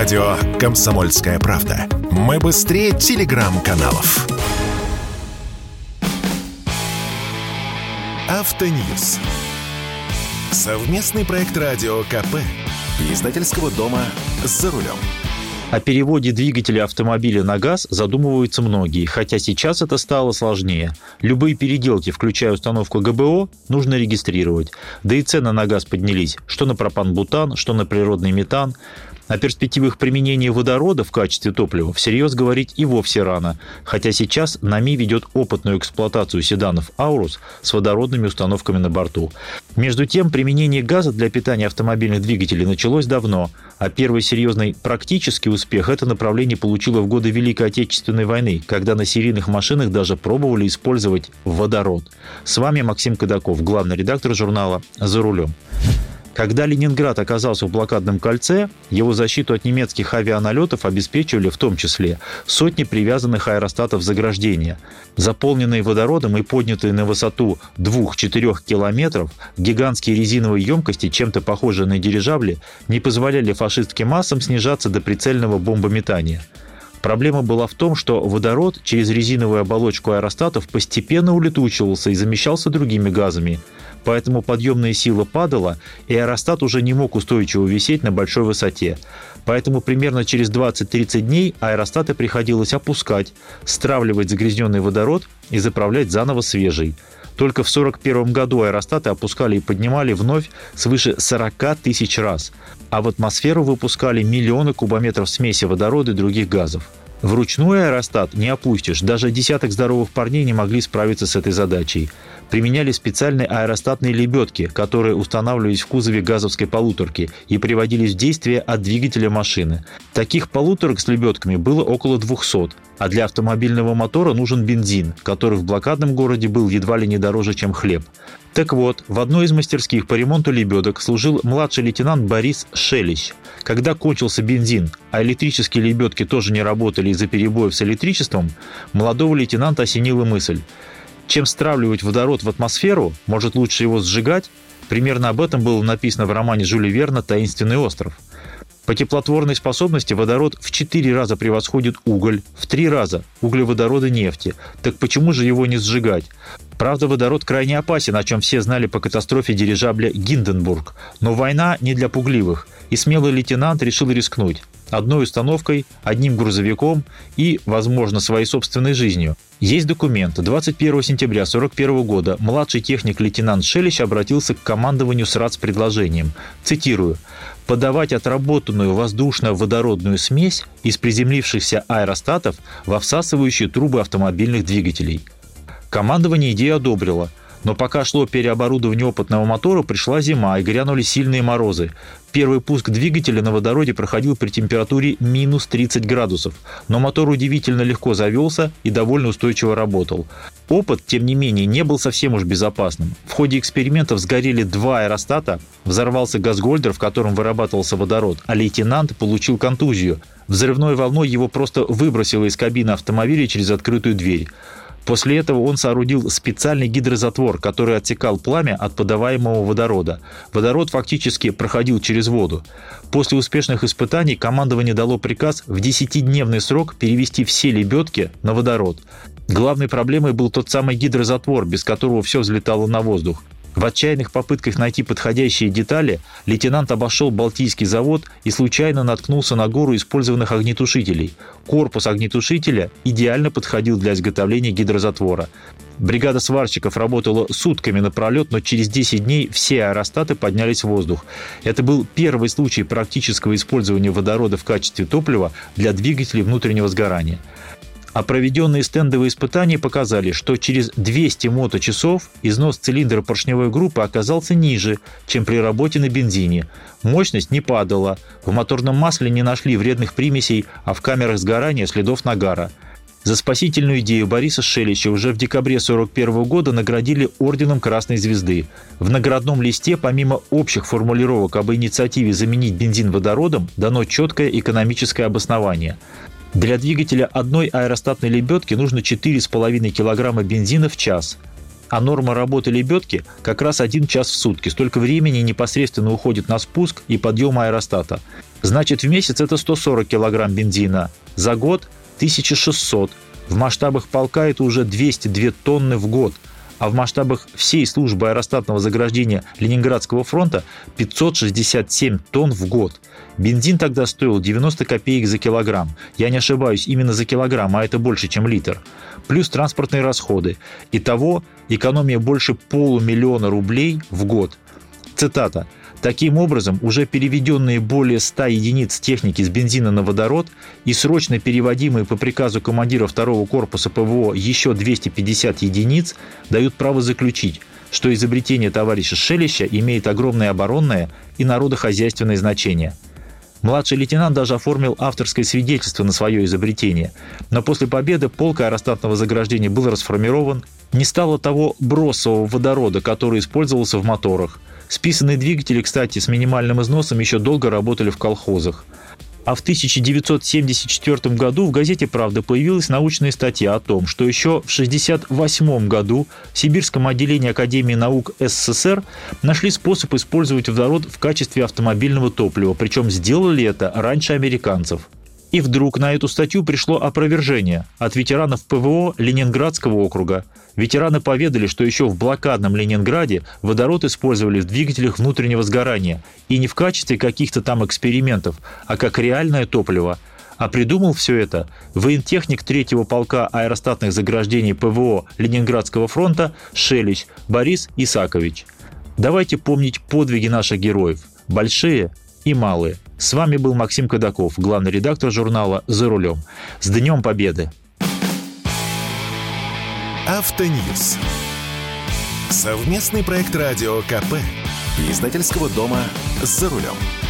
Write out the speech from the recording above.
Радио «Комсомольская правда». Мы быстрее телеграм-каналов. Автоньюз. Совместный проект Радио КП и издательского дома «За рулем». О переводе двигателя автомобиля на газ задумываются многие, хотя сейчас это стало сложнее. Любые переделки, включая установку ГБО, нужно регистрировать. Да и цены на газ поднялись, что на пропан-бутан, что на природный метан. О перспективах применения водорода в качестве топлива всерьез говорить и вовсе рано, хотя сейчас НАМИ ведет опытную эксплуатацию седанов «Аурус» с водородными установками на борту. Между тем, применение газа для питания автомобильных двигателей началось давно, а первый серьезный практический успех это направление получило в годы Великой Отечественной войны, когда на серийных машинах даже пробовали использовать водород. С вами Максим Кадаков, главный редактор журнала «За рулем». Когда Ленинград оказался в блокадном кольце, его защиту от немецких авианалетов обеспечивали в том числе сотни привязанных аэростатов заграждения. Заполненные водородом и поднятые на высоту 2-4 километров, гигантские резиновые емкости, чем-то похожие на дирижабли, не позволяли фашистским массам снижаться до прицельного бомбометания. Проблема была в том, что водород через резиновую оболочку аэростатов постепенно улетучивался и замещался другими газами. Поэтому подъемная сила падала, и аэростат уже не мог устойчиво висеть на большой высоте. Поэтому примерно через 20-30 дней аэростаты приходилось опускать, стравливать загрязненный водород и заправлять заново свежий. Только в 1941 году аэростаты опускали и поднимали вновь свыше 40 тысяч раз, а в атмосферу выпускали миллионы кубометров смеси водорода и других газов. Вручную аэростат не опустишь, даже десяток здоровых парней не могли справиться с этой задачей. Применяли специальные аэростатные лебедки, которые устанавливались в кузове газовской полуторки и приводились в действие от двигателя машины. Таких полуторок с лебедками было около 200, а для автомобильного мотора нужен бензин, который в блокадном городе был едва ли не дороже, чем хлеб. Так вот, в одной из мастерских по ремонту лебедок служил младший лейтенант Борис Шелищ. Когда кончился бензин, а электрические лебедки тоже не работали из-за перебоев с электричеством, молодого лейтенанта осенила мысль: чем стравливать водород в атмосферу, может лучше его сжигать? Примерно об этом было написано в романе Жюля Верна «Таинственный остров». По теплотворной способности водород в 4 раза превосходит уголь, в 3 раза углеводороды нефти. Так почему же его не сжигать? Правда, водород крайне опасен, о чем все знали по катастрофе дирижабля «Гинденбург». Но война не для пугливых, и смелый лейтенант решил рискнуть. Одной установкой, одним грузовиком и, возможно, своей собственной жизнью. Есть документ. 21 сентября 1941 года младший техник-лейтенант Шелищ обратился к командованию СРАТ с предложением, цитирую, «подавать отработанную воздушно-водородную смесь из приземлившихся аэростатов во всасывающие трубы автомобильных двигателей». Командование идею одобрило. Но пока шло переоборудование опытного мотора, пришла зима и грянули сильные морозы. Первый пуск двигателя на водороде проходил при температуре минус 30 градусов, но мотор удивительно легко завелся и довольно устойчиво работал. Опыт, тем не менее, не был совсем уж безопасным. В ходе экспериментов сгорели 2 аэростата, взорвался газгольдер, в котором вырабатывался водород, а лейтенант получил контузию. Взрывной волной его просто выбросило из кабины автомобиля через открытую дверь. После этого он соорудил специальный гидрозатвор, который отсекал пламя от подаваемого водорода. Водород фактически проходил через воду. После успешных испытаний командование дало приказ в 10-дневный срок перевести все лебедки на водород. Главной проблемой был тот самый гидрозатвор, без которого все взлетало на воздух. В отчаянных попытках найти подходящие детали лейтенант обошел Балтийский завод и случайно наткнулся на гору использованных огнетушителей. Корпус огнетушителя идеально подходил для изготовления гидрозатвора. Бригада сварщиков работала сутками напролет, но через 10 дней все аэростаты поднялись в воздух. Это был первый случай практического использования водорода в качестве топлива для двигателей внутреннего сгорания. А проведенные стендовые испытания показали, что через 200 моточасов износ цилиндра поршневой группы оказался ниже, чем при работе на бензине. Мощность не падала, в моторном масле не нашли вредных примесей, а в камерах сгорания следов нагара. За спасительную идею Бориса Шелища уже в декабре 1941 года наградили орденом Красной Звезды. В наградном листе, помимо общих формулировок об инициативе заменить бензин водородом, дано четкое экономическое обоснование. Для двигателя одной аэростатной лебедки нужно 4,5 кг бензина в час. А норма работы лебедки как раз 1 час в сутки. Столько времени непосредственно уходит на спуск и подъем аэростата. Значит, в месяц это 140 килограмм бензина. За год 1600. В масштабах полка это уже 202 тонны в год. А в масштабах всей службы аэростатного заграждения Ленинградского фронта 567 тонн в год. Бензин тогда стоил 90 копеек за килограмм. Я не ошибаюсь, именно за килограмм, а это больше, чем литр. Плюс транспортные расходы. Итого экономия больше 500 000 рублей в год. Цитата. Таким образом, уже переведенные более 100 единиц техники с бензина на водород и срочно переводимые по приказу командира 2-го корпуса ПВО еще 250 единиц дают право заключить, что изобретение товарища Шелеща имеет огромное оборонное и народохозяйственное значение. Младший лейтенант даже оформил авторское свидетельство на свое изобретение. Но после победы полк аэростатного заграждения был расформирован, не стало того бросового водорода, который использовался в моторах. Списанные двигатели, кстати, с минимальным износом еще долго работали в колхозах. А в 1974 году в газете «Правда» появилась научная статья о том, что еще в 1968 году в Сибирском отделении Академии наук СССР нашли способ использовать водород в качестве автомобильного топлива, причем сделали это раньше американцев. И вдруг на эту статью пришло опровержение от ветеранов ПВО Ленинградского округа. Ветераны поведали, что еще в блокадном Ленинграде водород использовали в двигателях внутреннего сгорания. И не в качестве каких-то там экспериментов, а как реальное топливо. А придумал все это воентехник 3-го полка аэростатных заграждений ПВО Ленинградского фронта Шелещ Борис Исакович. Давайте помнить подвиги наших героев. Большие и малые. С вами был Максим Кадаков, главный редактор журнала «За рулем». С Днем Победы! Автоньюз. Совместный проект радио КП. Издательского дома «За рулем».